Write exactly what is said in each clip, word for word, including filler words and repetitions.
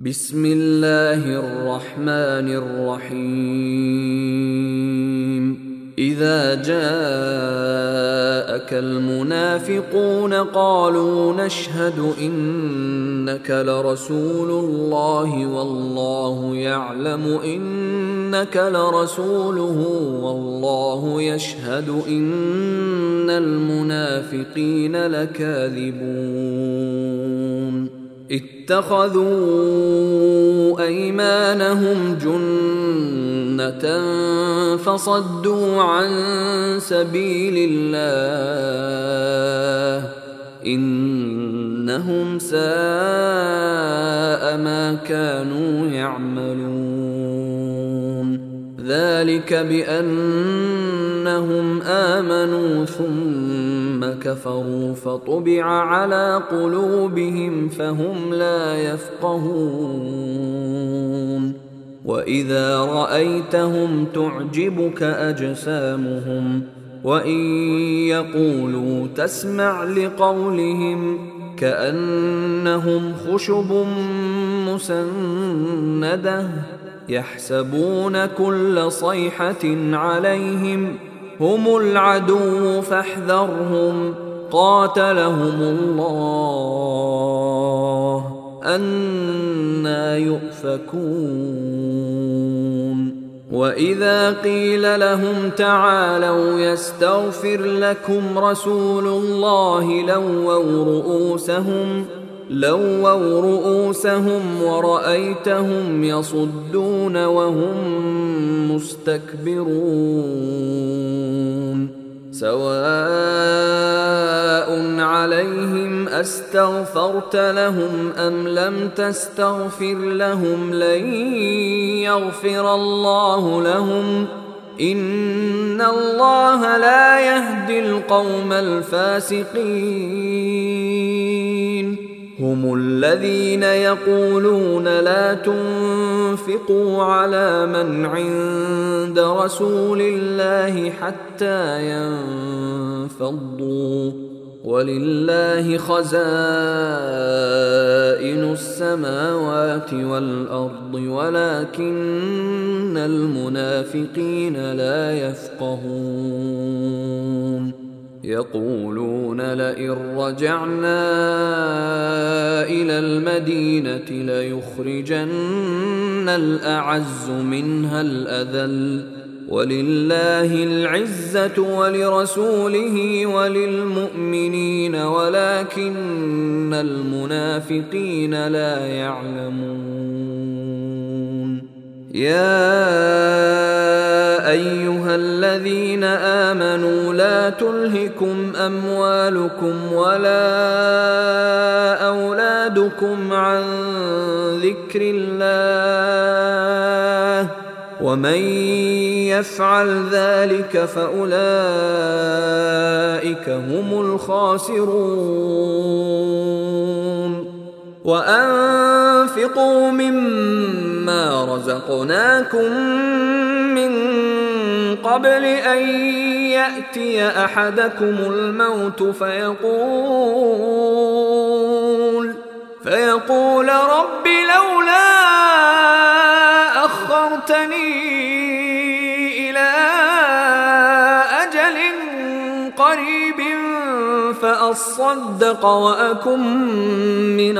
بسم الله الرحمن الرحيم إذا جاءك المنافقون قالوا نشهد إنك لرسول الله والله يعلم إنك لرسوله والله يشهد إن المنافقين لكاذبون اتخذوا أيمانهم جنة فصدوا عن سبيل الله إنهم ساء ما كانوا يعملون ذلك بأنهم آمنوا ثم كفروا فطبع على قلوبهم فهم لا يفقهون وإذا رأيتهم تعجبك أجسامهم وإن يقولوا تسمع لقولهم كأنهم خشب مسندة يحسبون كل صيحة عليهم هم العدو فاحذرهم قاتلهم الله أنى يؤفكون وإذا قيل لهم تعالوا يستغفر لكم رسول الله لووا رؤوسهم لووا رؤوسهم ورأيتهم يصدون وهم مستكبرون سواء عليهم أستغفرت لهم أم لم تستغفر لهم لن يغفر الله لهم إن الله لا يهدي القوم الفاسقين هم الذين يقولون لا تنفقوا على من عند رسول الله حتى ينفضوا ولله خزائن السماوات والأرض ولكن المنافقين لا يفقهون يقولون لئن رجعنا إلى المدينة ليخرجن الأعز منها الأذل ولله العزة ولرسوله وللمؤمنين ولكن المنافقين لا يعلمون يا أيها الذين آمنوا لا تلهكم أموالكم ولا أولادكم عن ذكر الله ومن يفعل ذلك فأولئك هم الخاسرون وأنفقوا مما رزقناكم من قبل أن يأتي أحدكم الموت فيقول فيقول رب لولا أخرتني إلى أجل قريب فأصدق وأكن من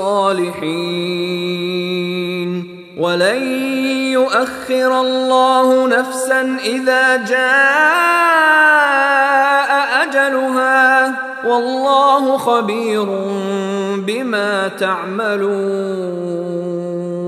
الصالحين ولن يؤخر الله نفسا إذا جاء أجلها والله خبير بما تعملون